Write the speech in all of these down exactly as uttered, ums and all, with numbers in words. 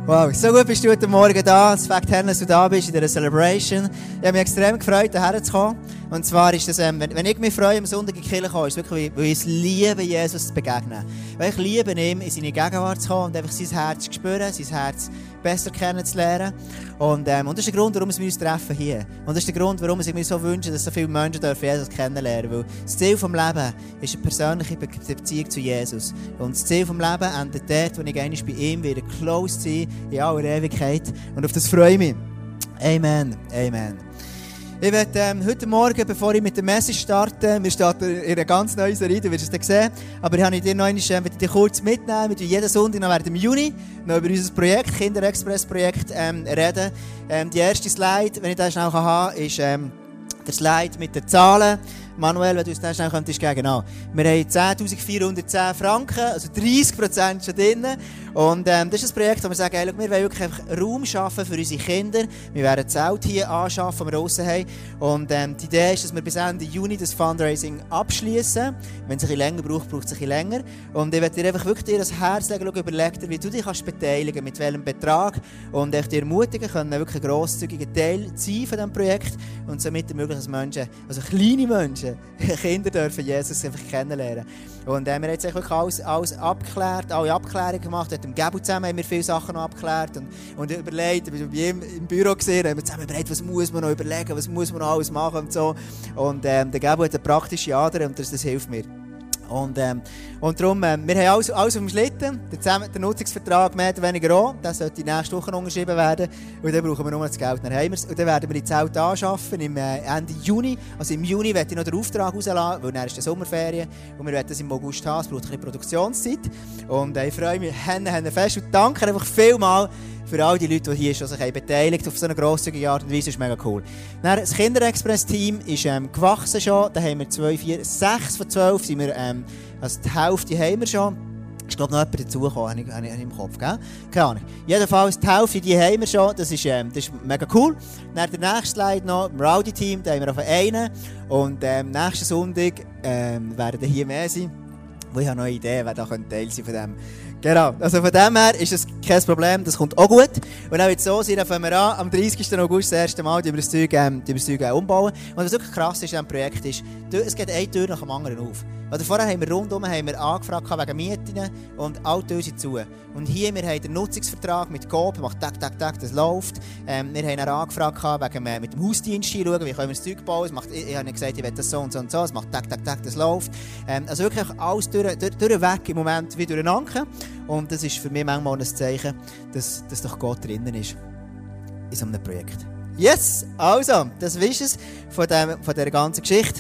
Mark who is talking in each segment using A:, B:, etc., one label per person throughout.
A: Wow, so gut bist du heute Morgen da. Es fängt an, dass du da bist in dieser Celebration. Ich habe mich extrem gefreut, hierher zu kommen. Und zwar ist das, ähm, wenn, wenn ich mich freue, am Sonntag in die Kirche zu kommen, ist es wirklich, weil ich es liebe, Jesus zu begegnen. Weil ich liebe, ihm in seine Gegenwart zu kommen und einfach sein Herz zu spüren, sein Herz besser kennenzulernen. Und, ähm, und das ist der Grund, warum wir uns treffen hier. Und das ist der Grund, warum ich mir so wünsche, dass so viele Menschen dürfen Jesus kennenlernen dürfen. Weil das Ziel des Lebens ist eine persönliche Be- Beziehung zu Jesus. Und das Ziel des Lebens endet dort, wo ich einmal bei ihm wieder close sein in aller Ewigkeit. Und auf das freue ich mich. Amen. Amen. Ich werde ähm, heute Morgen, bevor ich mit der Message starte, wir starten in einer ganz neuen Serie, du wirst es dann sehen, aber ich habe dir noch einmal, äh, ich dich kurz mitnehmen, wir werden jeden Sonntag noch während dem Juni noch über unser Projekt, Kinderexpress-Projekt, ähm, reden. Ähm, die erste Slide, wenn ich das schnell haben kann, ist ähm, der Slide mit den Zahlen. Manuel, wenn du uns das schnell könntest geben, genau. Wir haben zehntausendvierhundertzehn Franken, also dreißig Prozent schon drin. Und ähm, das ist ein Projekt, wo wir sagen, hey, wir wollen wirklich einfach Raum schaffen für unsere Kinder. Wir werden ein Zelt hier anschaffen, das wir draussen haben. Und ähm, die Idee ist, dass wir bis Ende Juni das Fundraising abschließen. Wenn es ein bisschen länger braucht, braucht es ein bisschen länger. Und ich werde dir einfach wirklich dir das Herz legen, überleg dir, wie du dich kannst beteiligen, mit welchem Betrag. Und ich dir ermutigen, können wirklich ein grosszügiger Teil sein von diesem Projekt. Und somit ermöglichen, dass Menschen, also kleine Menschen, Kinder dürfen Jesus einfach kennenlernen. Und äh, wir haben jetzt wirklich alles, alles abgeklärt, alle Abklärungen gemacht. Mit dem Gabu zusammen haben wir viele Sachen noch abgeklärt und, und überlegt. Wir waren bei ihm im Büro gesehen, haben wir zusammen überlegt, was muss man noch überlegen, was muss man noch alles machen und so. Und ähm, der Gabu hat eine praktische Ader und das, das hilft mir. Und, ähm, und darum, ähm, wir haben alles, alles auf dem Schlitten, der, Zusammen- der Nutzungsvertrag mehr oder weniger auch, der sollte nächste Woche unterschrieben werden und dann brauchen wir nur das Geld, dann haben wir es. Und dann werden wir die Zelte anschaffen im äh, Ende Juni, also im Juni werde ich noch den Auftrag rauslassen, weil dann ist die Sommerferien und wir werden das im August haben, es braucht ein bisschen Produktionszeit und äh, ich freue mich Hände, Hände fest und danke einfach vielmals für all die Leute, die hier schon sich haben beteiligt auf so eine grosszügige Art und Weise, ist mega cool. Dann, das Kinderexpress-Team ist ähm, gewachsen schon. Da haben wir zwei, vier, sechs von zwölf sind wir, ähm, also die Hälfte haben wir schon. Ich glaube, noch jemand dazugekommen, habe ich, habe ich im Kopf, gell? Keine Ahnung. Jedenfalls, die Hälfte, die haben wir schon, das ist, ähm, das ist mega cool. Dann der nächste Slide noch, im Rowdy-Team, da haben wir auf einen. Und ähm, nächsten Sonntag ähm, werden hier mehr sein. Wo ich habe noch eine Idee, wer da Teil sein von dem. Genau, also von dem her ist es kein Problem, das kommt auch gut. Und dann wird es so sein, dann fangen wir an, am dreißigsten August das erste Mal, die wir das Zeug, ähm, die wir das Zeug äh, umbauen. Und was wirklich krass ist an diesem Projekt ist, es geht eine Tür nach dem anderen auf. Also vorher haben wir rundum haben wir angefragt wegen Mieten und alle Türen sind zu. Und hier, wir haben den Nutzungsvertrag mit Coop, macht tak, tak, tak, das läuft. Ähm, wir haben auch angefragt wegen äh, mit dem Hausdienst schauen, wie können wir das Zeug bauen. Es macht, ich, ich habe gesagt, ich will das so und so und so, es macht tak, tak, tak, das läuft. Ähm, also wirklich alles durch, durch, durchweg im Moment wie durcheinander. Und das ist für mich manchmal ein Zeichen, dass, dass doch Gott drinnen ist in so einem Projekt. Yes, also, das ist es von, dem, von dieser ganzen Geschichte.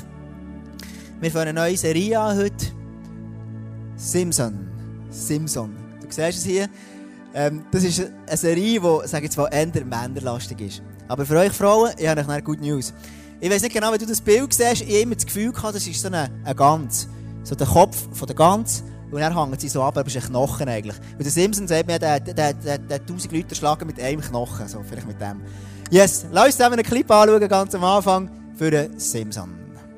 A: Wir fangen eine neue Serie an heute. Simpson. Simpson. Du siehst es hier. Ähm, das ist eine Serie, die, sage ich jetzt mal, eher männerlastig ist. Aber für euch Frauen, ich habe euch Good News. Ich weiss nicht genau, wie du das Bild siehst. Ich habe immer das Gefühl gehabt, das ist so eine, eine Gans. So der Kopf von der Gans. Und dann hängen sie so ab, aber es ist ein Knochen eigentlich. Und der Simpson sagt mir, der, der, der, der tausend Leute schlagen mit einem Knochen. So, vielleicht mit dem. Yes, lass uns zusammen einen Clip anschauen, ganz am Anfang, für den Simpson.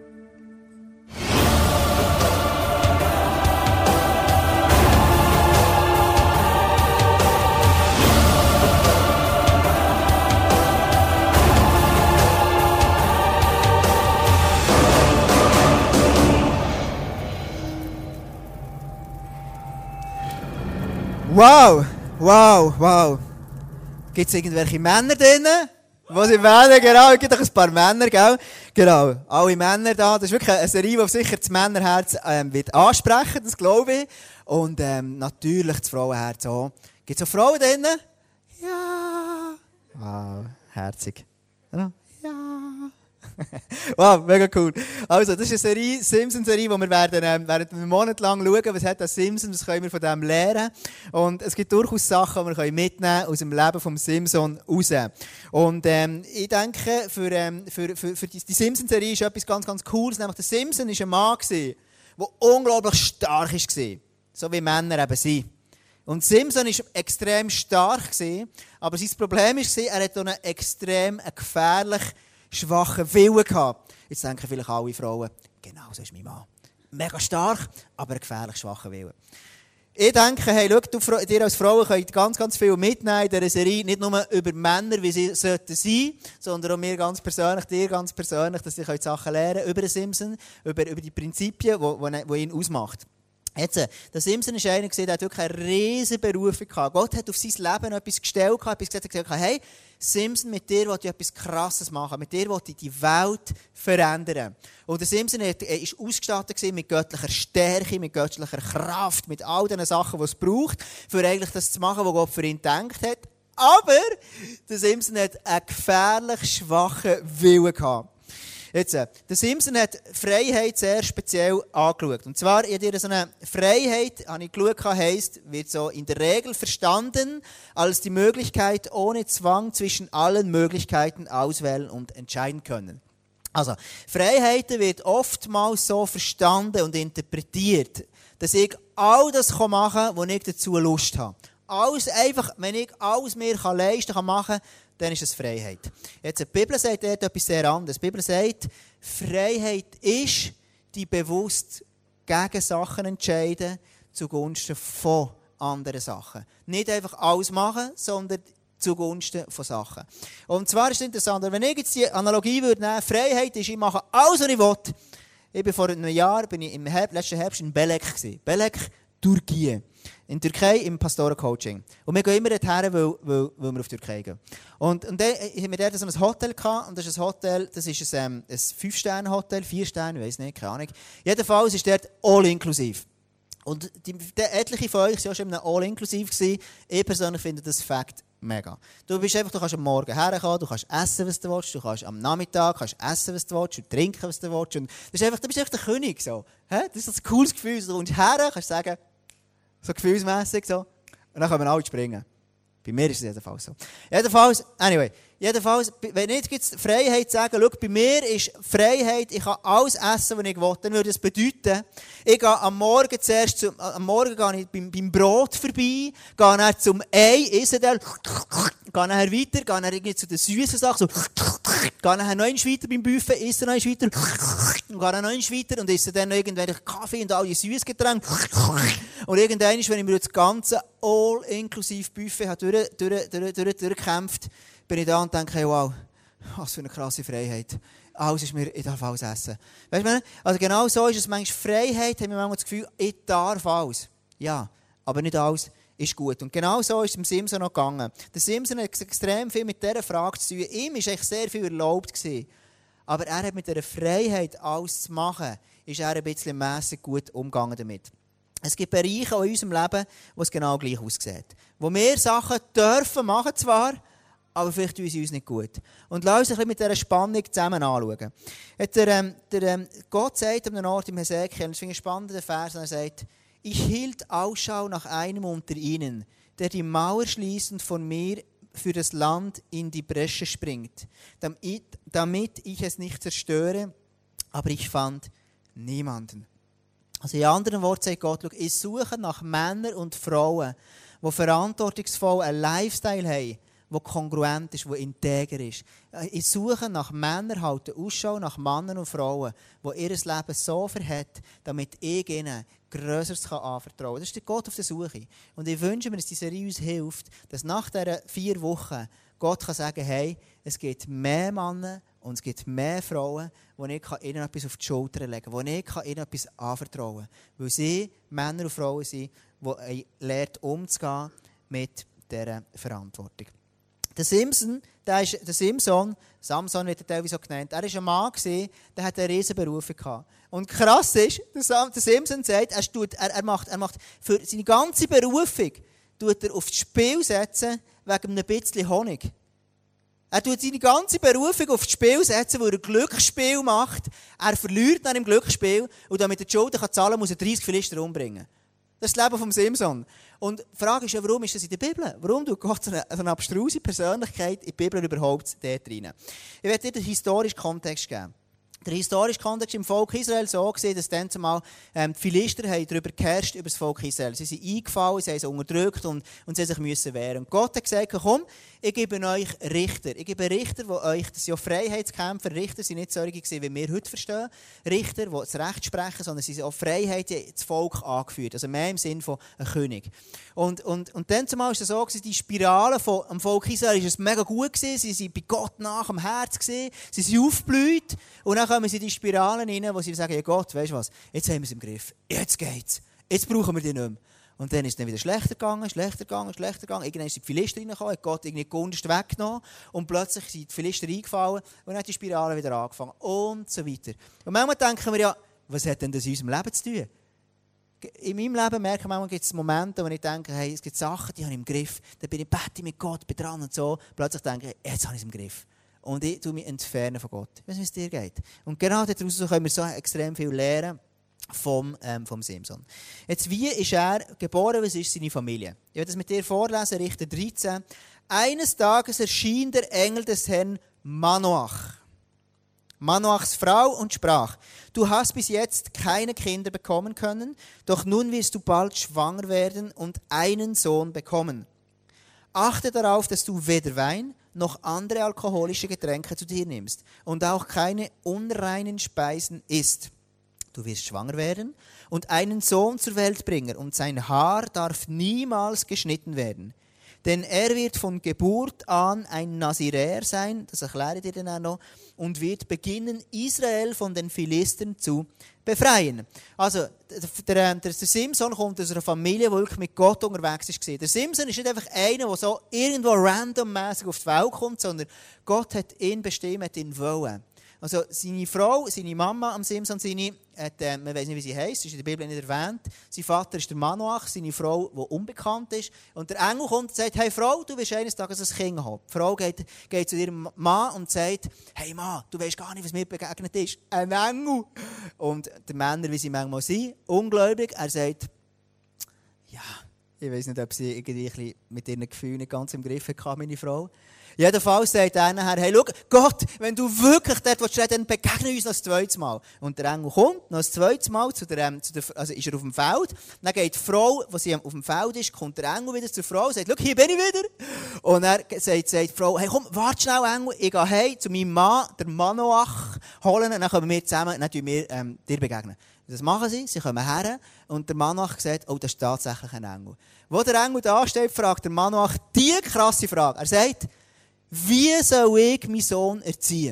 A: Wow, wow, wow. Gibt es irgendwelche Männer drin? Was sind Männer? Genau, es gibt doch ein paar Männer, gell? Genau, alle Männer da. Das ist wirklich eine Serie, die sicher das Männerherz ähm, wird ansprechen, das glaube ich. Und ähm, natürlich das Frauenherz auch. Gibt es auch Frauen drin? Ja. Wow, herzig. Ja. Wow, mega cool. Also, das ist eine Serie, Simpson-Serie, wo wir werden, ähm, werden einen Monat lang schauen, was hat das Simpson, was können wir von dem lernen. Und es gibt durchaus Sachen, die wir mitnehmen können aus dem Leben vom Simpson raus. Und ähm, ich denke, für, ähm, für, für, für die, die Simpson-Serie ist etwas ganz, ganz Cooles, nämlich der Simpson war ein Mann, der unglaublich stark war. So wie Männer eben sind. Und Simpson war extrem stark, aber sein Problem war, er hatte einen extrem gefährlichen, schwachen Willen gehabt. Jetzt denken vielleicht alle Frauen, genau so ist mein Mann. Mega stark, aber ein gefährlich schwacher Willen. Ich denke, hey, schau, du, dir als Frauen könnt ganz, ganz viel mitnehmen in dieser Serie. Nicht nur über Männer, wie sie sollten sein, sondern auch mir ganz persönlich, dir ganz persönlich, dass ihr Sachen lernen könnt über den Simpson, über, über die Prinzipien, die ihn ausmacht. Jetzt, der Simpson war einer, der hat wirklich eine riesige Berufung gehabt. Gott hat auf sein Leben etwas gestellt, etwas gesagt, gesagt, hey, Simpson, mit dir will ich etwas Krasses machen, mit dir will ich die Welt verändern. Und der Simpson war ausgestattet mit göttlicher Stärke, mit göttlicher Kraft, mit all den Sachen, die es braucht, für eigentlich das zu machen, was Gott für ihn gedacht hat. Aber der Simpson hat einen gefährlich schwachen Willen gehabt. Jetzt, der Simpson hat Freiheit sehr speziell angeschaut. Und zwar, in dir so eine Freiheit, habe ich geschaut, heisst, wird so in der Regel verstanden, als die Möglichkeit, ohne Zwang zwischen allen Möglichkeiten auswählen und entscheiden können. Also, Freiheiten wird oftmals so verstanden und interpretiert, dass ich all das machen kann, was ich dazu Lust habe. Alles einfach, wenn ich alles mir leisten kann, machen kann, dann ist es Freiheit. Jetzt, die Bibel sagt dort etwas sehr anderes. Die Bibel sagt, Freiheit ist, die bewusst gegen Sachen entscheiden, zugunsten von anderen Sachen. Nicht einfach alles machen, sondern zugunsten von Sachen. Und zwar ist es interessant, wenn ich jetzt die Analogie würde nehmen, Freiheit ist, ich mache alles, was ich will. Ich bin vor einem Jahr, bin ich im Herbst, letzten Herbst in Belek gewesen. Belek, Türkei. In Türkei im Pastorencoaching. Und wir gehen immer dorthin, weil, weil, weil wir auf die Türkei gehen. Und, und dann haben wir dort so ein Hotel gehabt. Und das ist ein Hotel, das ist ein, ähm, ein fünf Sterne Hotel, vier Sterne, ich weiss nicht, keine Ahnung. Jedenfalls ist dort all-inklusiv. Und die, die, etliche von euch waren auch schon in einem all-inklusiv gewesen. Ich persönlich finde das Fakt mega. Du bist einfach, du kannst am Morgen herkommen, du kannst essen, was du willst, du kannst am Nachmittag kannst essen, was du willst, und trinken, was du willst. Und das ist einfach, du bist einfach der König. So. Das ist ein cooles Gefühl. Du kommst her, kannst sagen, so gefühlsmässig so. Und dann können wir alle springen. Bei mir ist es jedenfalls so. Jedenfalls, anyway, jedenfalls, wenn ich jetzt Freiheit sage, schau, bei mir ist Freiheit, ich kann alles essen, was ich will, dann würde das bedeuten, ich gehe am Morgen zuerst, zum, am Morgen gehe ich beim, beim Brot vorbei, gehe dann zum Ei, esse dann, gehe nachher weiter, gehe dann irgendwie zu den süßen Sachen, so, gehe nachher noch eins weiter beim Buffet, esse noch eins weiter, und gehe dann noch eins weiter und esse dann noch irgendwelche Kaffee und all die süßen Getränke. Und irgendwann, wenn ich mir das ganze all-inklusiv Buffet habe durch, durch, durch, durch, durchgekämpft, bin ich da und denke, hey, wow, was für eine krasse Freiheit. Alles ist mir, ich darf alles essen. Weißt du, also genau so ist es manchmal. Freiheit, haben wir manchmal das Gefühl, ich darf alles. Ja, aber nicht alles ist gut. Und genau so ist es dem Simpson noch gegangen. Der Simpson hat extrem viel mit dieser Frage zu tun. Ihm war echt sehr viel erlaubt gewesen. Aber er hat mit dieser Freiheit, alles zu machen, ist er ein bisschen mässig gut umgegangen damit. Es gibt Bereiche in unserem Leben, wo es genau gleich aussieht. Wo wir Sachen dürfen machen zwar, aber vielleicht tun sie uns nicht gut. Und lass uns ein bisschen mit dieser Spannung zusammen anschauen. Der, ähm, der, ähm, Gott sagt an einem Ort im Hesekiel, das finde ich ein spannender Vers, er sagt, ich hielt Ausschau nach einem unter ihnen, der die Mauer schließend von mir für das Land in die Bresche springt, damit, damit ich es nicht zerstöre, aber ich fand niemanden. Also in anderen Worten sagt Gott, schau, ich suche nach Männern und Frauen, die verantwortungsvoll einen Lifestyle haben, der kongruent ist, der integer ist. Ich suche nach Männern, halte Ausschau nach Männern und Frauen, die ihr Leben so verhält, damit ich ihnen Grösseres anvertrauen kann. Das ist der Gott auf der Suche. Und ich wünsche mir, dass diese Serie uns hilft, dass nach diesen vier Wochen Gott kann sagen, hey, es gibt mehr Männer und es gibt mehr Frauen, wo ich ihnen etwas auf die Schulter legen kann, wo ich ihnen etwas anvertrauen kann. Weil sie Männer und Frauen sind, die lernen, umzugehen mit dieser Verantwortung. Der Simpson, der ist, der Simpson, Samson wird er teilweise so genannt, er war ein Mann, der hat eine riesige Berufung gehabt. Und krass ist, der Simpson sagt, er, tut, er, er, macht, er macht für seine ganze Berufung tut er aufs Spiel setzen wegen einem bisschen Honig. Er tut seine ganze Berufung aufs Spiel setzen, wo er ein Glücksspiel macht. Er verliert nach dem Glücksspiel und damit er die Schulden zahlen kann, muss er dreißig Philister umbringen. Das ist das Leben vom Simpson. Und die Frage ist ja, warum ist das in der Bibel? Warum tut Gott so eine, so eine abstruse Persönlichkeit in die Bibel überhaupt dort rein? Ich werde dir den historischen Kontext geben. Der historische Kontext im Volk Israel so gesehen, dass dann zumal ähm, die Philister haben darüber geherrscht über das Volk Israel. Sie sind eingefallen, sie haben sie unterdrückt und, und sie haben sich wehren. Und Gott hat gesagt, komm, ich gebe euch Richter. Ich gebe Richter, die euch, das sind ja Freiheitskämpfer. Richter sind nicht solche gewesen, wie wir heute verstehen. Richter, die das Recht sprechen, sondern sie sind auch Freiheit, die das Volk angeführt. Also mehr im Sinn von einem König. Und, und, und dann zumal ist es so gewesen, die Spirale vom am Volk Israel ist es mega gut gewesen. Sie waren bei Gott nach am Herz gewesen. Sie sind aufgeblüht. Und dann kommen sie in die Spiralen rein, wo sie sagen, ja Gott, weißt du was, jetzt haben wir es im Griff. Jetzt geht's. Jetzt brauchen wir dich nicht mehr. Und dann ist es dann wieder schlechter gegangen, schlechter gegangen, schlechter gegangen. Irgendwann sind die Philister reingekommen, hat Gott irgendwie die Gunst weggenommen. Und plötzlich sind die Philister eingefallen und dann hat die Spirale wieder angefangen. Und so weiter. Und manchmal denken wir ja, was hat denn das in unserem Leben zu tun? In meinem Leben merke ich manchmal, gibt es Momente, wo ich denke, hey, es gibt Sachen, die habe ich im Griff. Dann bin ich bete mit Gott, bin dran und so. Plötzlich denke ich, jetzt habe ich es im Griff. Und ich tue mich entfernen von Gott. Ich weiss nicht, wie es dir geht. Und genau daraus können wir so extrem viel lernen. Vom, ähm, vom Simson. Jetzt, wie ist er geboren? Was ist seine Familie? Ich werde das mit dir vorlesen, Richter dreizehn. Eines Tages erschien der Engel des Herrn Manoach, Manoachs Frau, und sprach: Du hast bis jetzt keine Kinder bekommen können, doch nun wirst du bald schwanger werden und einen Sohn bekommen. Achte darauf, dass du weder Wein noch andere alkoholische Getränke zu dir nimmst und auch keine unreinen Speisen isst. Du wirst schwanger werden und einen Sohn zur Welt bringen, und sein Haar darf niemals geschnitten werden. Denn er wird von Geburt an ein Naziräer sein, das erkläre ich dir dann auch noch, und wird beginnen, Israel von den Philistern zu befreien. Also, der, der, der Simson kommt aus einer Familie, die wirklich mit Gott unterwegs war. Der Simson ist nicht einfach einer, der so irgendwo randommäßig auf die Welt kommt, sondern Gott hat ihn bestimmt, hat ihn wollen. Also seine Frau, seine Mama am Simson, seine, hat, äh, man weiß nicht, wie sie heisst, ist in der Bibel nicht erwähnt. Sein Vater ist der Manoach, seine Frau, die unbekannt ist. Und der Engel kommt und sagt: Hey Frau, du wirst eines Tages ein Kind haben. Die Frau geht, geht zu ihrem Mann und sagt: Hey Mann, du weißt gar nicht, was mir begegnet ist. Ein Engel. Und die Männer, wie sie manchmal sind, ungläubig, er sagt: Ja, ich weiß nicht, ob sie irgendwie mit ihren Gefühlen nicht ganz im Griff hatte, meine Frau. Jedenfalls sagt er nachher: Hey, schau, Gott, wenn du wirklich dort willst, dann begegne uns noch das zweite Mal. Und der Engel kommt noch das zweite Mal, zu der, zu der, also ist er auf dem Feld. Dann geht die Frau, wo sie auf dem Feld ist, kommt der Engel wieder zur Frau und sagt: Schau, hier bin ich wieder. Und er sagt, sagt die Frau: Hey, komm, warte schnell, Engel, ich gehe heim zu meinem Mann, der Manoach, holen, und dann kommen wir zusammen, dann wir ähm, dir begegnen. Das machen sie, sie kommen her, und der Manoach sagt: Oh, das ist tatsächlich ein Engel. Wo der Engel da steht, fragt der Manoach die krasse Frage. Er sagt: Wie soll ich meinen Sohn erziehen?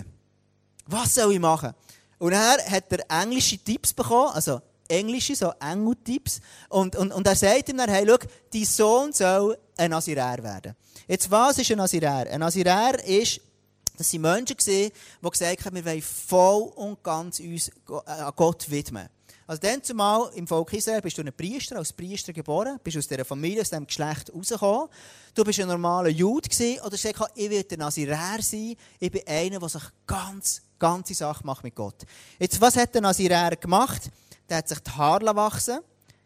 A: Was soll ich machen? Und er hat er englische Tipps bekommen, also englische, so Engel-Tipps. Und, und, und er sagt ihm dann: Hey, schau, dein Sohn soll ein Naziräer werden. Jetzt, was ist ein Naziräer? Ein Naziräer ist, das waren Menschen, die gesagt haben, wir wollen voll und ganz uns an Gott widmen. Also dann zumal im Volk Israel bist du ein Priester, als Priester geboren, bist aus dieser Familie, aus diesem Geschlecht rausgekommen. Du bist ein normaler Jude gewesen, oder sagst, ich will ein Naziräer sein, ich bin einer, der sich ganz, ganze Sache macht mit Gott. Jetzt, was hat der Naziräer gemacht? Der hat sich die Haare wachsen.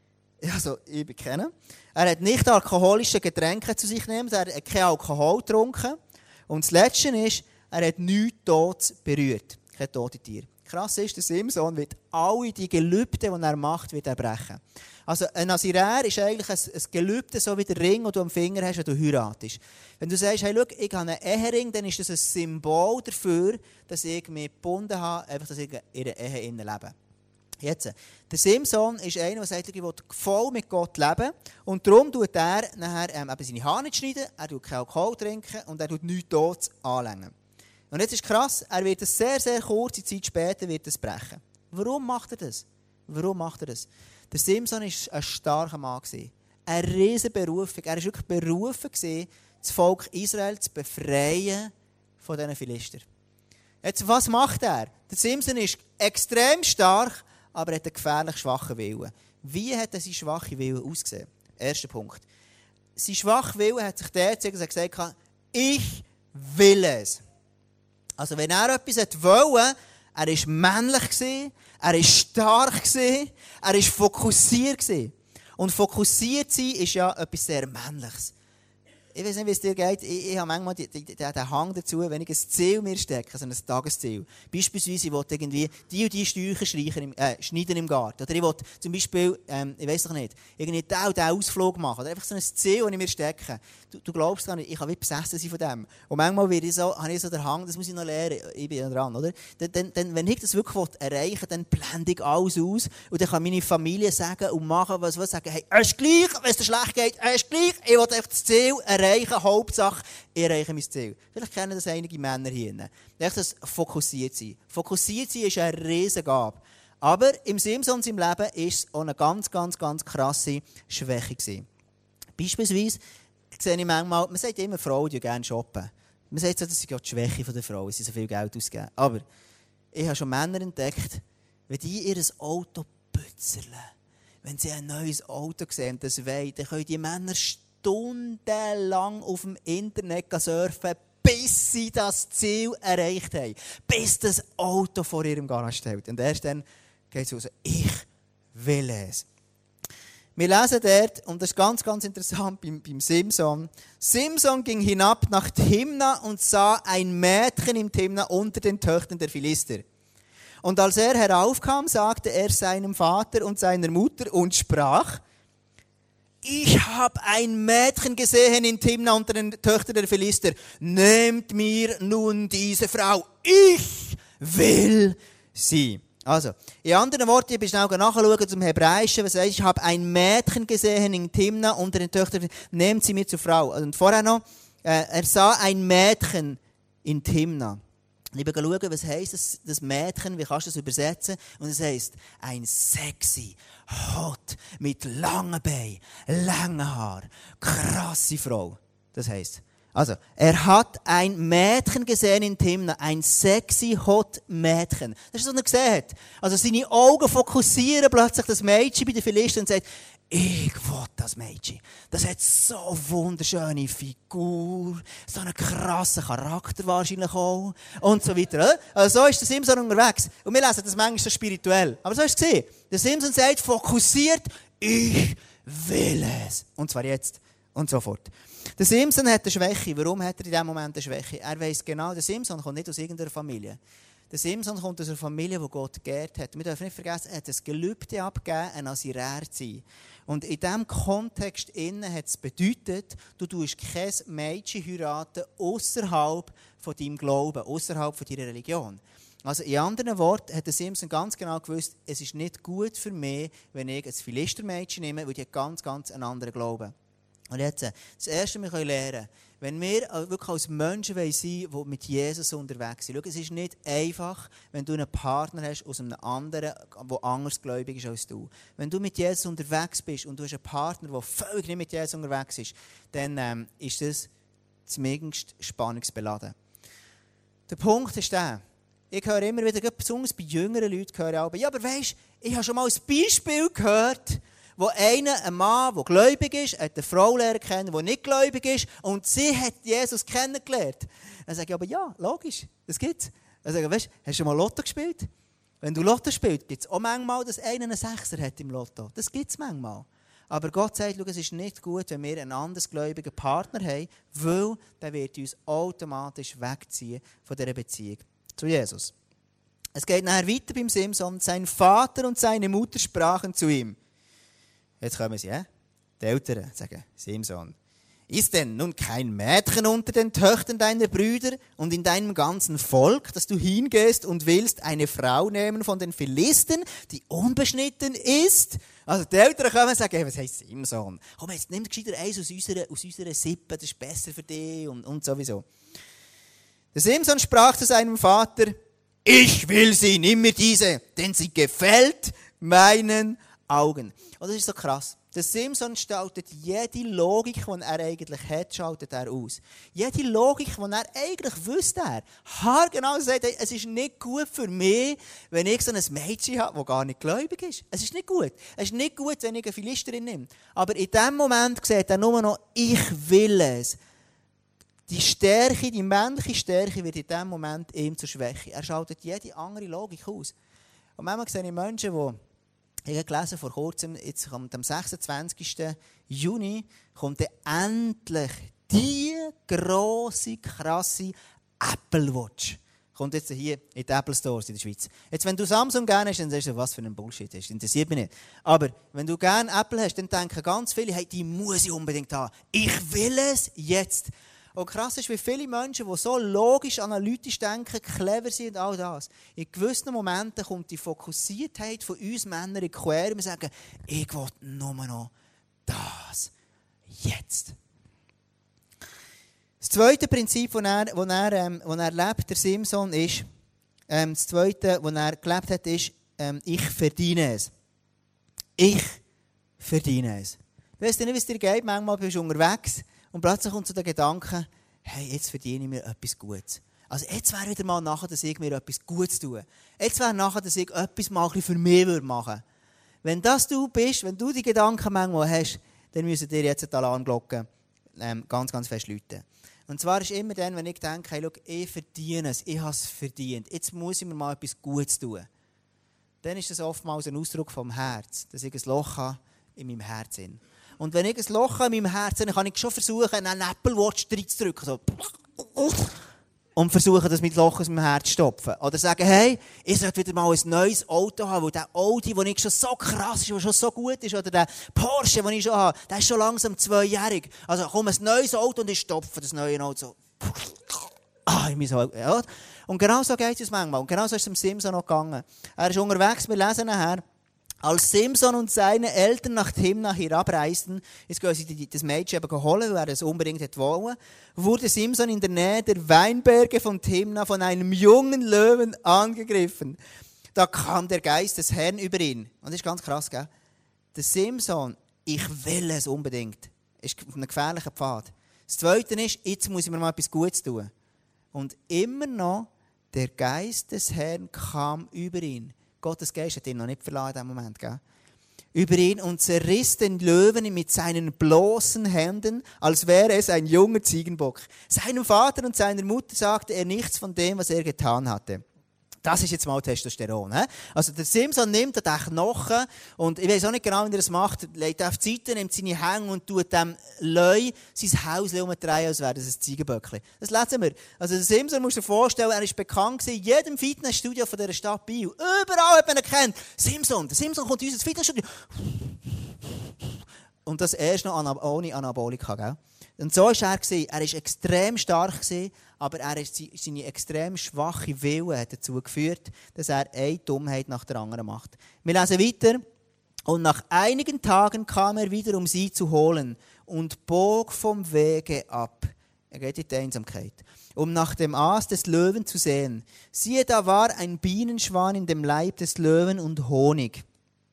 A: Also, ich bekenne. Er hat nicht alkoholische Getränke zu sich genommen, er hat keinen Alkohol getrunken. Und das Letzte ist, er hat nichts Totes berührt. Kein tote Tier. Krass ist, der Simson wird alle die Gelübde, die er macht, wird er brechen. Also ein Naziräer ist eigentlich ein, ein Gelübde, so wie der Ring, den du am Finger hast, wenn du heiratest. Wenn du sagst: Hey, schau, ich habe einen Ehering, dann ist das ein Symbol dafür, dass ich mich gebunden habe, einfach, dass ich in der Ehe lebe. Jetzt, der Simson ist einer, der sagt, ich will voll mit Gott leben. Und darum tut er nachher ähm, eben seine Haare nicht schneiden, er tut keinen Alkohol trinken und er tut nichts Totes anlängen. Und jetzt ist krass, er wird es sehr, sehr kurze Zeit später wird es brechen. Warum macht er das? Warum macht er das? Der Simson war ein starker Mann. Eine riesige Berufung. Er war wirklich berufen, das Volk Israel zu befreien von diesen Philistern. Jetzt, was macht er? Der Simson ist extrem stark, aber er hat einen gefährlich schwachen Willen. Wie hat er seinen schwachen Willen ausgesehen? Erster Punkt. Sein schwacher Willen hat sich der gesagt, ich will es. Also wenn er etwas wollte, er war männlich, er war stark, er war fokussiert. Und fokussiert sein ist ja etwas sehr Männliches. ich weiß nicht, wie es dir geht, ich, ich habe manchmal die, die, die, den Hang dazu, wenn ich ein Ziel mir stecke, so ein Tagesziel. Beispielsweise, ich will irgendwie die und die Sträucher schneiden im, äh, schneiden im Garten. Oder ich will zum Beispiel, ähm, ich weiß doch nicht, irgendwie den und den Ausflug machen. Oder einfach so ein Ziel, das ich mir stecke. Du, du glaubst gar nicht, ich kann wie besessen sein von dem. Und manchmal werde ich so, habe ich so den Hang, das muss ich noch lernen, ich bin ja dran, oder? Dann, dann, dann, wenn ich das wirklich erreichen will, dann blende ich alles aus. Und dann kann meine Familie sagen und machen, was will, sagen, hey, es ist gleich, wenn es dir schlecht geht, es ist gleich, ich will einfach das Ziel erreichen, Hauptsache, ich erreiche mein Ziel. Vielleicht kennen das einige Männer hier. Echt das fokussiert sein. Fokussiert sein ist eine Riesengabe. Aber im Simsons im Leben war es auch eine ganz, ganz, ganz krasse Schwäche gewesen. Beispielsweise sehe ich manchmal, man sagt immer, Frauen die gerne shoppen. Man sagt so, das ist ja die Schwäche der Frau, dass sie so viel Geld ausgeben. Aber ich habe schon Männer entdeckt, wenn die ihr Auto putzerlen, wenn sie ein neues Auto sehen und das wollen, dann können die Männer stundenlang auf dem Internet surfen, bis sie das Ziel erreicht haben. Bis das Auto vor ihrem Garage steht. Und erst dann geht es raus, ich will es. Wir lesen dort, und das ist ganz, ganz interessant beim, beim Simson. Simson ging hinab nach Timna und sah ein Mädchen im Timna unter den Töchtern der Philister. Und als er heraufkam, sagte er seinem Vater und seiner Mutter und sprach, ich habe ein Mädchen gesehen in Timna unter den Töchtern der Philister. Nehmt mir nun diese Frau. Ich will sie. Also, in anderen Worten, ich bin schnell nachschauen zum Hebräischen, was heißt, ich habe ein Mädchen gesehen in Timna unter den Töchtern, nehmt sie mir zur Frau. Und vorher noch, äh, er sah ein Mädchen in Timna. Ich bin schauen, was heisst das, das Mädchen, wie kannst du das übersetzen? Und es heisst, ein sexy, hot, mit langen Beinen, langen Haaren, krasse Frau. Das heisst, also, er hat ein Mädchen gesehen in Timna, ein sexy, hot Mädchen. Das ist, was er gesehen hat. Also, seine Augen fokussieren plötzlich das Mädchen bei den Philistern und sagen, ich will das Mädchen. Das hat so eine wunderschöne Figur, so einen krassen Charakter wahrscheinlich auch und so weiter. Also, so ist der Simson unterwegs. Und wir lesen das manchmal so spirituell. Aber so ist es gesehen. Der Simson sagt, fokussiert, ich will es. Und zwar jetzt. Und so fort. Der Simson hat eine Schwäche. Warum hat er in diesem Moment eine Schwäche? Er weiss genau, der Simson kommt nicht aus irgendeiner Familie. Der Simson kommt aus einer Familie, die Gott geehrt hat. Wir dürfen nicht vergessen, er hat ein Gelübde abgegeben, ein Nasirär zu sein. Und in diesem Kontext innen hat es bedeutet, du tust kein Mädchen heiraten außerhalb von deinem Glauben, außerhalb von deiner Religion. Also in anderen Worten hat der Simson ganz genau gewusst, es ist nicht gut für mich, wenn ich ein Philistermädchen nehme, weil die hat ganz, ganz einen anderen Glauben. Und jetzt, das Erste, was wir lernen können, wenn wir wirklich als Menschen sein wollen, die mit Jesus unterwegs sind. Schau, es ist nicht einfach, wenn du einen Partner hast aus einem anderen, der andersgläubig ist als du. Wenn du mit Jesus unterwegs bist und du hast einen Partner, der völlig nicht mit Jesus unterwegs ist, dann ähm, ist das zumindest spannungsbeladen. Der Punkt ist der, ich höre immer wieder, besonders bei jüngeren Leuten, höre ich auch, ja, aber weisst, ich habe schon mal ein Beispiel gehört, wo einer, ein Mann, der gläubig ist, hat eine Frau lernen kennen, die nicht gläubig ist, und sie hat Jesus kennengelernt. Dann sage ich aber, ja, logisch, das gibt's. Dann sage ich, weißt, hast du schon mal Lotto gespielt? Wenn du Lotto spielst, gibt es auch manchmal, dass einer einen Sechser hat im Lotto. Das gibt es manchmal. Aber Gott sagt, schau, es ist nicht gut, wenn wir einen andersgläubigen Partner haben, weil der wird uns automatisch wegziehen von dieser Beziehung zu Jesus. Es geht nachher weiter beim Simson. Sein Vater und seine Mutter sprachen zu ihm. Jetzt kommen sie, äh? Die Eltern sagen, Simson, ist denn nun kein Mädchen unter den Töchtern deiner Brüder und in deinem ganzen Volk, dass du hingehst und willst eine Frau nehmen von den Philistern, die unbeschnitten ist? Also die Eltern kommen und sagen, hey, was heisst Simson? Komm, jetzt nimm gescheiter eins aus unserer, aus unserer Sippe, das ist besser für dich und, und sowieso. Der Simson sprach zu seinem Vater, ich will sie, nimm mir diese, denn sie gefällt meinen Augen. Und das ist so krass. Der Simson schaltet jede Logik, die er eigentlich hat, schaltet er aus. Jede Logik, die er eigentlich wüsste, er haargenau sagt, es ist nicht gut für mich, wenn ich so ein Mädchen habe, das gar nicht gläubig ist. Es ist nicht gut. Es ist nicht gut, wenn ich eine Philisterin nehme. Aber in dem Moment sieht er nur noch, ich will es. Die Stärke, die männliche Stärke wird in dem Moment ihm zur Schwäche. Er schaltet jede andere Logik aus. Und manchmal sehe ich Menschen, die ich habe gelesen, vor kurzem, jetzt kommt am sechsundzwanzigsten Juni, kommt dann endlich die grosse, krasse Apple Watch. Kommt jetzt hier in die Apple Stores in der Schweiz. Jetzt, wenn du Samsung gerne hast, dann sagst du, was für ein Bullshit ist. Interessiert mich nicht. Aber wenn du gerne Apple hast, dann denken ganz viele, hey, die muss ich unbedingt haben. Ich will es jetzt. Und krass ist, wie viele Menschen, die so logisch, analytisch denken, clever sind und all das. In gewissen Momenten kommt die Fokussiertheit von uns Männern in die Quere. Wir sagen, ich will nur noch das. Jetzt. Das zweite Prinzip, das er, das er, ähm, das er lebt, der Simson, ist, ähm, das zweite, das er gelebt hat, ist, ähm, ich verdiene es. Ich verdiene es. Ich weiss nicht, wie es dir geht, manchmal bist du unterwegs und plötzlich kommt zu der Gedanke, hey, jetzt verdiene ich mir etwas Gutes. Also jetzt wäre wieder mal nachher, dass ich mir etwas Gutes tue. Jetzt wäre nachher, dass ich etwas mal für mich machen würde. Wenn das du bist, wenn du die Gedanken manchmal hast, dann müssen dir jetzt die Alarmglocken ähm, ganz, ganz fest läuten. Und zwar ist immer dann, wenn ich denke, hey, schau, ich verdiene es, ich habe es verdient, jetzt muss ich mir mal etwas Gutes tun. Dann ist das oftmals ein Ausdruck vom Herz, dass ich ein Loch habe in meinem Herzen. Und wenn ich ein Loch habe in meinem Herzen, dann kann ich schon versuchen, einen Apple Watch reinzudrücken. So. Und versuchen, das mit Loch aus meinem Herz zu stopfen. Oder sagen, hey, ich sollte wieder mal ein neues Auto haben, weil der Audi, der schon so krass ist, der schon so gut ist, oder der Porsche, den ich schon habe, der ist schon langsam zweijährig. Also komm, ein neues Auto und ich stopfe das neue Auto. Ah, ich muss halt, ja. Und genau so geht es manchmal. Und genau so ist es dem Simson noch gegangen. Er ist unterwegs, wir lesen nachher. Als Simson und seine Eltern nach Timna herabreisten, jetzt gehen sie das Mädchen eben holen, weil er es unbedingt wollte, wurde Simson in der Nähe der Weinberge von Timna von einem jungen Löwen angegriffen. Da kam der Geist des Herrn über ihn. Und das ist ganz krass, gell? Der Simson, ich will es unbedingt, ist auf einem gefährlichen Pfad. Das Zweite ist, jetzt muss ich mir mal etwas Gutes tun. Und immer noch, der Geist des Herrn kam über ihn. Gottes Geist hat ihn noch nicht verlassen in diesem Moment. Gell? Über ihn und zerriss den Löwen mit seinen bloßen Händen, als wäre es ein junger Ziegenbock. Seinem Vater und seiner Mutter sagte er nichts von dem, was er getan hatte. Das ist jetzt mal Testosteron. He? Also der Simson nimmt den Knochen und ich weiß auch nicht genau, wie er das macht. Er legt auf die Seite, nimmt seine Hänge und tut dem Leu sein Haus umdrehen, als wäre das ein Ziegenböckli. Das lesen wir. Also der Simson, musst du dir vorstellen, er ist bekannt gewesen, in jedem Fitnessstudio von dieser Stadt Biel. Überall hat man ihn gekannt. Simson, der Simson kommt in unser Fitnessstudio. Und das erst noch anab- ohne Anabolika, gell? Und so war er. Er war extrem stark, aber er ist seine extrem schwache Wille hat dazu geführt, dass er eine Dummheit nach der anderen macht. Wir lesen weiter. Und nach einigen Tagen kam er wieder, um sie zu holen, und bog vom Wege ab. Er geht in die Einsamkeit, um nach dem Aas des Löwen zu sehen. Siehe, da war ein Bienenschwan in dem Leib des Löwen und Honig.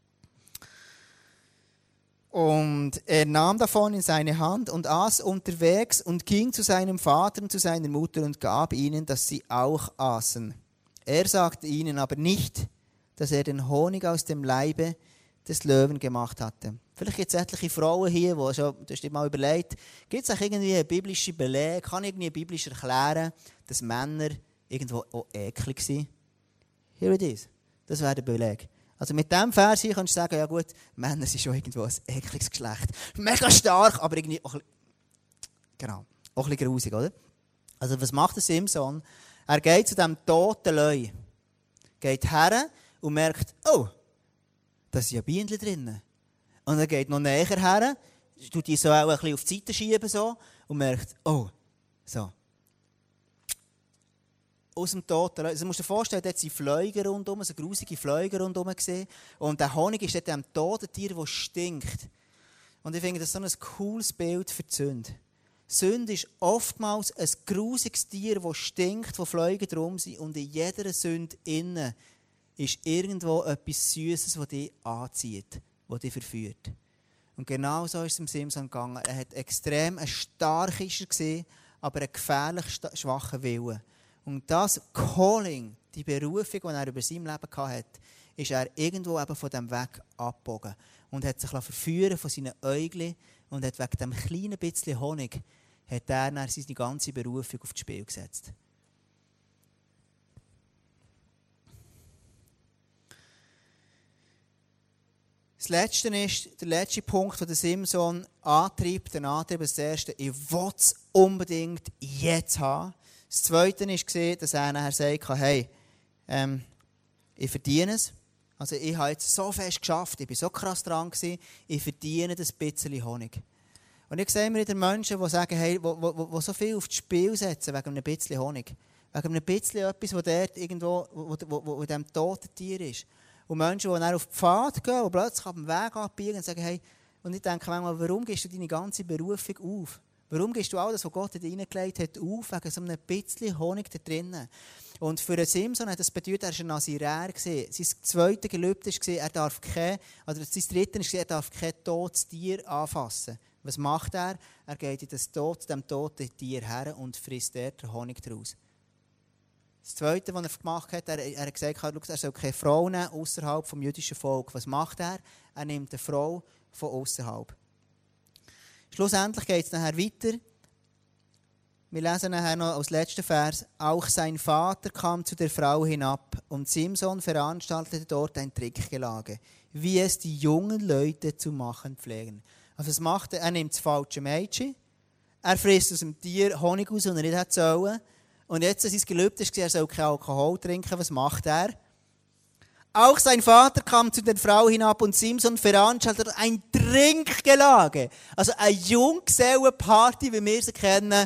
A: Und er nahm davon in seine Hand und aß unterwegs und ging zu seinem Vater und zu seiner Mutter und gab ihnen, dass sie auch aßen. Er sagte ihnen aber nicht, dass er den Honig aus dem Leibe des Löwen gemacht hatte. Vielleicht gibt es etliche Frauen hier, die schon, du hast dir mal überlegt, gibt es auch irgendwie einen biblischen Beleg, kann ich irgendwie biblisch erklären, dass Männer irgendwo auch eklig sind? Here it is. Das wäre der Beleg. Also mit diesem Vers hier kannst du sagen, ja gut, Männer sind schon irgendwo ein ekliges Geschlecht. Mega stark, aber irgendwie auch ein bisschen, genau, auch ein bisschen grusig, oder? Also was macht der Simson? Er geht zu diesem toten Leu, geht her und merkt, oh, da sind ja Bienen drin. Und er geht noch näher her, tut die so auch ein bisschen auf die Seite schieben so, und merkt, oh, so. Aus dem Toten. Also, du musst dir vorstellen, dort sind Fliegen rundherum, so grusige Fliegen rundherum gesehen. Und der Honig ist dort ein toten Tier, das stinkt. Und ich finde, das ist so ein cooles Bild für die Sünde. Sünde ist oftmals ein grusiges Tier, das stinkt, wo Fliegen drum sind. Und in jeder Sünde innen ist irgendwo etwas Süßes, das dich anzieht, das dich verführt. Und genau so ist es dem Simson gegangen. Er hat extrem ein starker gesehen, aber einen gefährlich schwachen Willen. Und das Calling, die Berufung, die er über sein Leben hatte, ist er irgendwo eben von diesem Weg abgebogen. Und hat sich verführen von seinen Äugeln und hat wegen diesem kleinen bisschen Honig hat er dann seine ganze Berufung aufs Spiel gesetzt. Das Letzte ist, der letzte Punkt, den der Simson antreibt, der Antrieb ist das erste, ich will es unbedingt jetzt haben. Das Zweite war, dass er nachher sagt, hey, ähm, ich verdiene es. Also ich habe jetzt so fest geschafft, ich war so krass dran gewesen, ich verdiene das bisschen Honig. Und ich sehe immer wieder Menschen, die sagen, hey, die, die, die so viel aufs Spiel setzen wegen einem bisschen Honig. Wegen einem bisschen etwas, das dort irgendwo, wo, wo, wo in diesem toten Tier ist. Und Menschen, die dann auf die Pfad gehen und plötzlich auf dem Weg abbiegen und sagen, hey, und ich denke manchmal, warum gibst du deine ganze Berufung auf? Warum gibst du all das, was Gott in dir hineingelegt hat, auf, wegen so einem bisschen Honig da drinnen? Und für einen Simson hat das bedeutet, er war ein Naziräer. Sein zweites Gelübde war, er darf kein, oder sein drittes war, er darf kein totes Tier anfassen. Was macht er? Er geht in das Tod, dem toten Tier her und frisst dort den Honig daraus. Das Zweite, was er gemacht hat, er, er hat gesagt, er soll keine Frau nehmen außerhalb des jüdischen Volkes. Was macht er? Er nimmt eine Frau von außerhalb. Schlussendlich geht es nachher weiter. Wir lesen nachher noch als letzten Vers. Auch sein Vater kam zu der Frau hinab und Simson veranstaltete dort ein Trickgelage, wie es die jungen Leute zu machen pflegen. Also was macht er? Er nimmt das falsche Mädchen, er frisst aus dem Tier Honig aus, den er nicht hätte sollen. Und jetzt, als sein Gelübde war, er soll keinen Alkohol trinken, was macht er? Auch sein Vater kam zu der Frau hinab und Simson veranstaltete ein Trinkgelage. Also eine Junggesellenparty, wie wir sie kennen,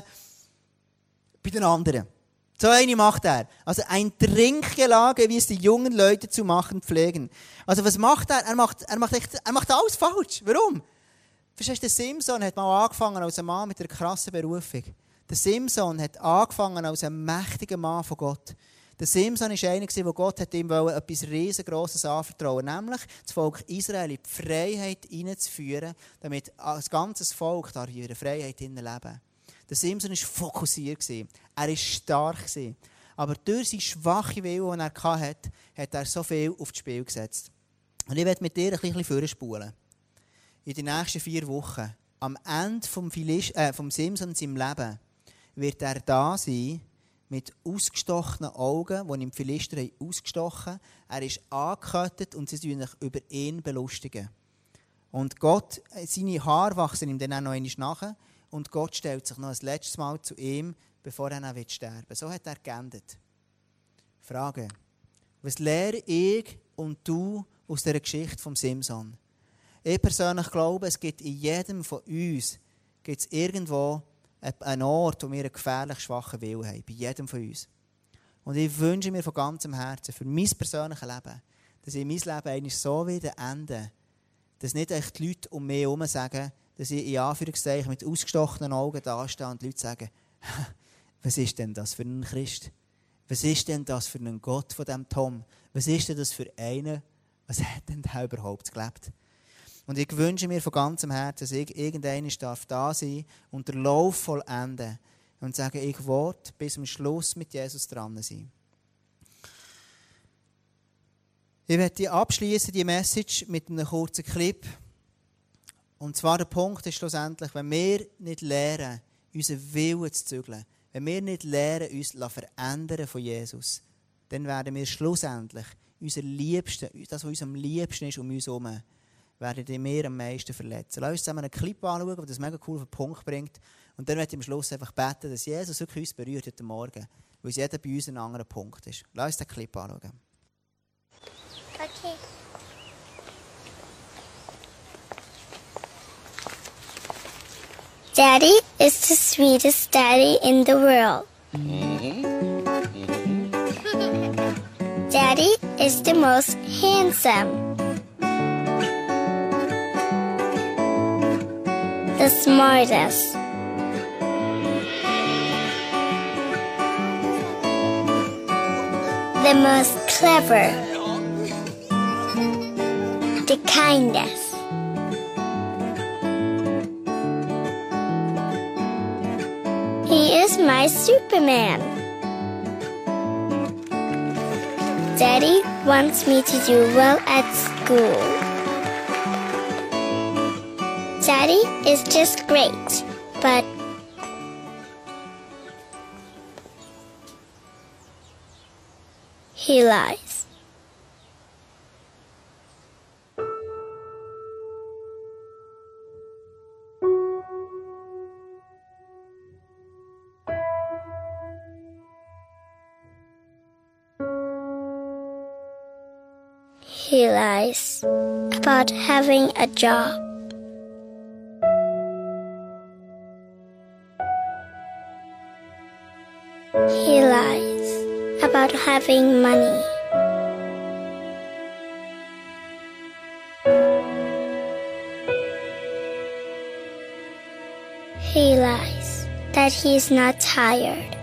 A: bei den anderen. So eine macht er. Also ein Trinkgelage, wie es die jungen Leute zu machen pflegen. Also was macht er? Er macht, er macht, echt, er macht alles falsch. Warum? Verstehst du, der Simson hat mal angefangen als ein Mann mit einer krassen Berufung. Der Simson hat angefangen als ein mächtiger Mann von Gott. Der Simson war einer, der Gott hat ihm etwas riesengroßes anvertrauen, nämlich das Volk Israel in die Freiheit hineinzuführen, damit das ganze Volk da in der Freiheit leben. Der Simson war fokussiert, er war stark. Aber durch seinen schwachen Willen, den er hatte, hat er so viel aufs Spiel gesetzt. Und ich werde mit dir ein bisschen vorspulen. In den nächsten vier Wochen, am Ende vom, Philisch, äh, vom Simson in seinem Leben, wird er da sein, mit ausgestochenen Augen, die ihm die Philister ausgestochen haben. Er ist angekettet und sie sich über ihn belustigen. Und Gott, seine Haare wachsen ihm dann auch noch einmal nach. Und Gott stellt sich noch ein letztes Mal zu ihm, bevor er dann sterben will. So hat er geendet. Frage. Was lehre ich und du aus dieser Geschichte vom Simson? Ich persönlich glaube, es gibt in jedem von uns gibt's irgendwo einen Ort, wo wir einen gefährlich schwachen Willen haben. Bei jedem von uns. Und ich wünsche mir von ganzem Herzen für mein persönliches Leben, dass ich mein Leben eigentlich so wieder ende, dass nicht echt die Leute um mich herum sagen, dass ich in Anführungszeichen mit ausgestochenen Augen dastehe und die Leute sagen, was ist denn das für ein Christ? Was ist denn das für ein Gott von dem Tom? Was ist denn das für einen? Was hat denn der überhaupt gelebt? Und ich wünsche mir von ganzem Herzen, dass ich irgendwann darf da sein und den Lauf vollenden und sagen, ich will bis zum Schluss mit Jesus dran sein. Ich werde abschließen die Message mit einem kurzen Clip. Und zwar der Punkt ist schlussendlich, wenn wir nicht lernen, unseren Willen zu zügeln, wenn wir nicht lernen, uns zu verändern von Jesus, dann werden wir schlussendlich unser Liebsten, das, was uns am liebsten ist, um uns herum, werden wir am meisten verletzen. Lass uns zusammen einen Clip anschauen, der das mega cool auf den Punkt bringt. Und dann möchte ich am Schluss einfach beten, dass Jesus wirklich uns berührt heute Morgen, weil es jeder bei uns ein anderer Punkt ist. Lass uns den Clip anschauen.
B: Okay. Daddy is the sweetest daddy in the world. Daddy is the most handsome, the smartest, the most clever, the kindest. He is my Superman. Daddy wants me to do well at school. Daddy is just great, but he lies. He lies about having a job. He lies about having money. He lies that he is not tired.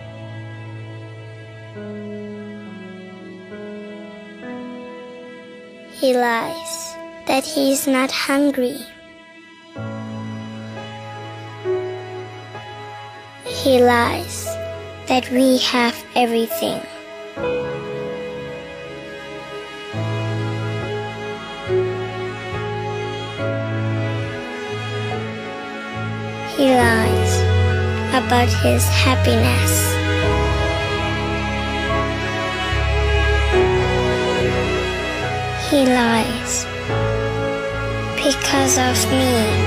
B: He lies that he is not hungry. He lies that we have everything. He lies about his happiness. He lies because of me.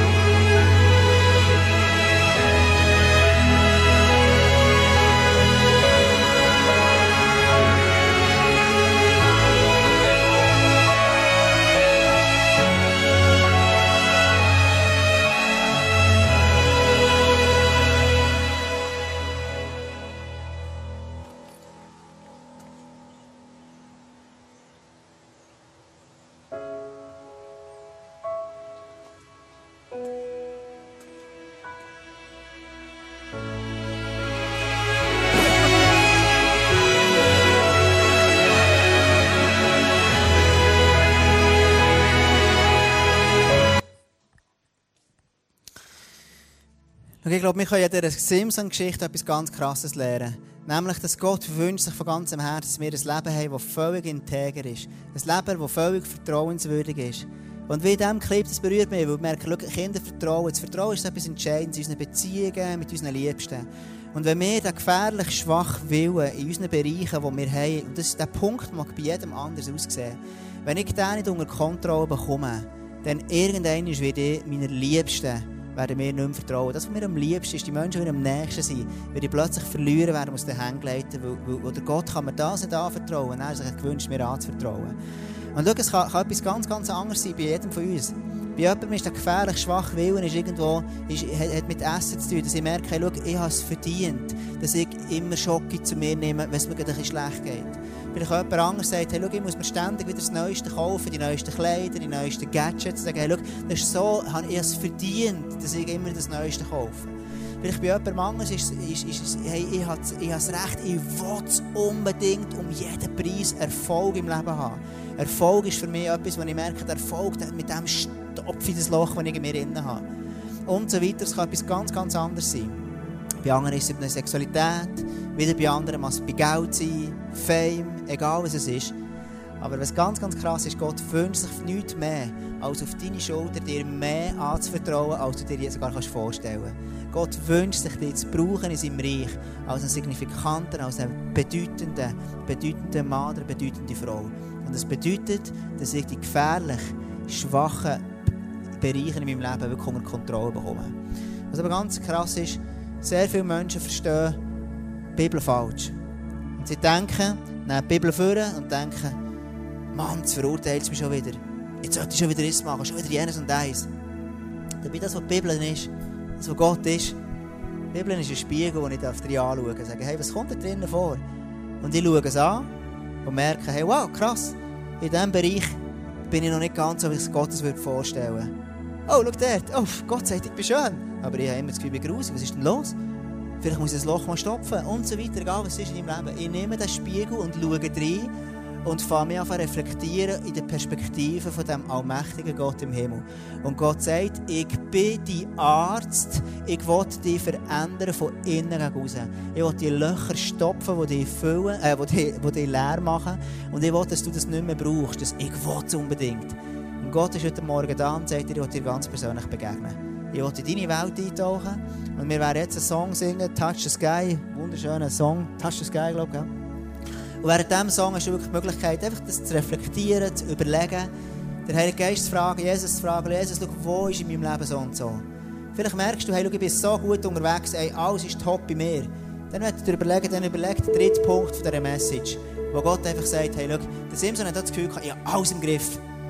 A: Ich glaube, wir können in dieser Simpson-Geschichte etwas ganz Krasses lernen. Nämlich, dass Gott wünscht sich von ganzem Herzen, dass wir ein Leben haben, das völlig integer ist. Ein Leben, das völlig vertrauenswürdig ist. Und wie in diesem Clip, das berührt mich, weil wir merken, schau, Kinder vertrauen. Das Vertrauen ist etwas Entscheidendes in unseren Beziehungen mit unseren Liebsten. Und wenn wir den gefährlich schwachen Willen in unseren Bereichen, die wir haben, und das, der Punkt mag bei jedem anders aussehen, wenn ich den nicht unter Kontrolle bekomme, dann irgendwann wird ich meiner Liebsten werden wir nicht mehr vertrauen. Das, was mir am liebsten ist, die Menschen, die am nächsten sind, werde ich plötzlich verlieren werden aus den Händen leiten, weil, weil, oder Gott kann mir das nicht anvertrauen. Er hat sich gewünscht, mir anzuvertrauen. Und schau, es kann, kann etwas ganz, ganz anderes sein bei jedem von uns. Bei jemandem ist der gefährlich schwache Willen ist irgendwo, ist, hat, hat mit Essen zu tun, dass ich merke, hey, schau, ich habe es verdient, dass ich immer Schocke zu mir nehme, wenn es mir ein bisschen schlecht geht. Vielleicht jemand anderes sagt, hey, schau, ich muss mir ständig wieder das Neueste kaufen, die neuesten Kleider, die neuesten Gadgets. Sagen, hey, schau, das ist so, ich habe es verdient, dass ich immer das Neueste kaufe. Vielleicht bei jemand anderes ist es, hey, ich habe das Recht, ich will es unbedingt um jeden Preis Erfolg im Leben haben. Erfolg ist für mich etwas, wo ich merke, der Erfolg mit dem Stopf in das Loch, das ich in mir drin habe. Und so weiter. Es kann etwas ganz, ganz anderes sein. Bei anderen ist es eine Sexualität, wieder bei anderen muss es bei Geld sein, Fame, egal was es ist. Aber was ganz, ganz krass ist, Gott wünscht sich nichts mehr, als auf deine Schulter dir mehr anzuvertrauen, als du dir jetzt sogar vorstellen kannst. Gott wünscht sich, dich zu brauchen in seinem Reich, als einen signifikanten, als einen bedeutenden, bedeutenden Mann oder bedeutende Frau. Und das bedeutet, dass ich die gefährlich schwachen Bereiche in meinem Leben wirklich unter Kontrolle bekomme. Was aber ganz krass ist, sehr viele Menschen verstehen die Bibel falsch. Und sie denken, nehmen die Bibel vor und denken, Mann, jetzt verurteilt es mich schon wieder. Jetzt sollte ich schon wieder das machen, schon wieder jenes und eins. Dabei das, was die Bibel ist, das, was Gott ist, die Bibel ist ein Spiegel, den ich anschauen darf. Ich sage, hey, was kommt da drinnen vor? Und ich schaue es an und merke, hey, wow, krass, in diesem Bereich bin ich noch nicht ganz so, wie ich es Gott vorstellen würde. Oh, schau dort, oh, Gott sagt, ich bin schön. Aber ich habe immer das Gefühl, ich bin grusig, was ist denn los? Vielleicht muss ich das Loch mal stopfen und so weiter, egal was ist in deinem Leben. Ich nehme den Spiegel und schaue rein und fange mich an zu reflektieren in der Perspektive von dem allmächtigen Gott im Himmel. Und Gott sagt, ich bin dein Arzt, ich will dich verändern von innen gegen raus. Ich will die Löcher stopfen, die dich füllen, äh, die dich, die dich leer machen. Und ich will, dass du das nicht mehr brauchst. Das ich will es unbedingt. Und Gott ist heute Morgen da und sagt dir, ich will dir ganz persönlich begegnen. Ich will in deine Welt eintauchen. Und wir werden jetzt einen Song singen, Touch the Sky. Wunderschöner Song, Touch the Sky, glaube ich. Ja. Und während diesem Song hast du wirklich die Möglichkeit, einfach das zu reflektieren, zu überlegen, den Heiligen Geist zu fragen, Jesus zu fragen, Jesus, schau, wo ist in meinem Leben so und so. Vielleicht merkst du, hey, schau, ich bin so gut unterwegs, ey, alles ist top bei mir. Dann werde ich dir überlegen, dann überleg den dritten Punkt von dieser Message, wo Gott einfach sagt, hey, schau, der Simpson hat das Gefühl, ich habe alles im Griff.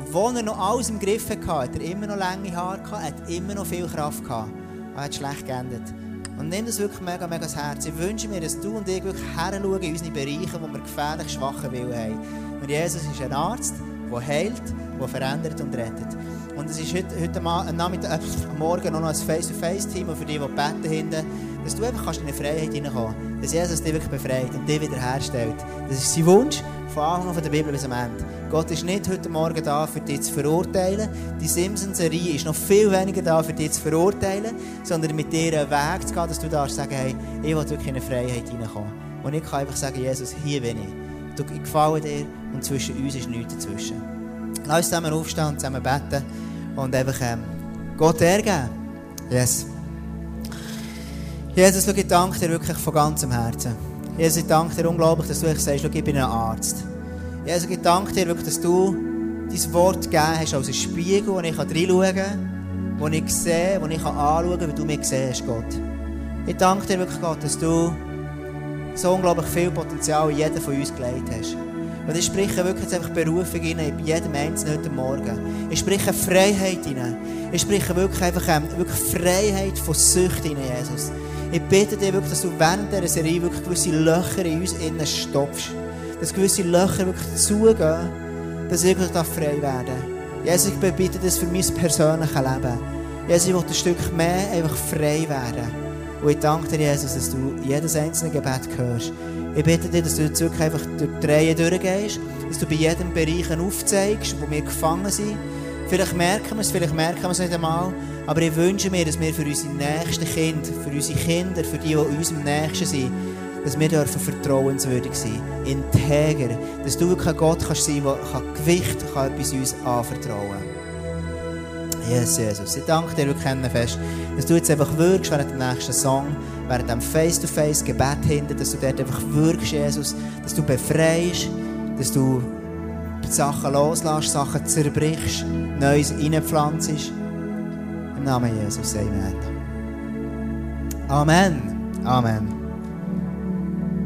A: Und wo er noch alles im Griff hatte, hat er immer noch lange Haare gehabt, hat immer noch viel Kraft gehabt. Er hat schlecht geendet. Und nimm das wirklich mega, mega ans Herz. Ich wünsche mir, dass du und ich wirklich heranschauen in unsere Bereiche, wo wir gefährlich schwachen Willen haben. Und Jesus ist ein Arzt, der heilt, der verändert und rettet. Und es ist heute, heute am Nachmittag, äh, Morgen noch ein Face-to-Face-Team, und für die, die beten hinten, dass du einfach in eine Freiheit hineinkommen kannst. Dass Jesus dich wirklich befreit und dich wiederherstellt. Das ist sein Wunsch, von Anfang an der Bibel bis am Ende. Gott ist nicht heute Morgen da, für dich zu verurteilen. Die Simpsons-Serie ist noch viel weniger da, für dich zu verurteilen, sondern mit dir einen Weg zu gehen, dass du darfst sagen, hey, ich will wirklich in eine Freiheit hineinkommen. Und ich kann einfach sagen, Jesus, hier bin ich. Du, ich gefalle dir und zwischen uns ist nichts dazwischen. Lass uns zusammen aufstehen und zusammen beten und einfach ähm, Gott ehrgeben. Yes. Jesus, ich danke dir wirklich von ganzem Herzen. Jesus, ich danke dir unglaublich, dass du sagst, ich bin ein Arzt. Jesus, ich danke dir wirklich, dass du dein Wort gegeben hast als ein Spiegel, wo ich reinschauen kann, wo ich sehe, wo ich anschauen kann, wie du mich siehst, Gott. Ich danke dir wirklich, Gott, dass du so unglaublich viel Potenzial in jedem von uns gelegt hast. Und ich spreche wirklich jetzt einfach Berufung rein, in jedem Einzelnen heute Morgen. Ich spreche Freiheit rein. Ich spreche wirklich einfach ähm, wirklich Freiheit von Sucht rein, Jesus. Ich bitte dich wirklich, dass du während dieser Serie wirklich gewisse Löcher in uns innen stopfst. Dass gewisse Löcher wirklich zugehen, dass ich wirklich frei werden darf. Jesus, ich bitte das für mein persönliches Leben. Jesus, ich will ein Stück mehr einfach frei werden. Und ich danke dir, Jesus, dass du jedes einzelne Gebet hörst. Ich bitte dich, dass du jetzt wirklich einfach durch die Reihe durchgehst, dass du bei jedem Bereich aufzeigst, wo wir gefangen sind. Vielleicht merken wir es, vielleicht merken wir es nicht einmal, aber ich wünsche mir, dass wir für unsere nächsten Kinder, für unsere Kinder, für die, die uns am nächsten sind, dass wir dürfen vertrauenswürdig sein, integer, dass du wirklich ein Gott kannst sein, der Gewicht kann etwas uns anvertrauen kann. Yes, Jesus, ich danke dir wirklich fest, dass du jetzt einfach wirkst während dem nächsten Song, während dem Face-to-Face-Gebet hinten, dass du dort einfach wirkst, Jesus, dass du befreist, dass du Sachen loslässt, Sachen zerbrichst, Neues reinpflanzt. Im Namen Jesus, Amen. Amen. Amen.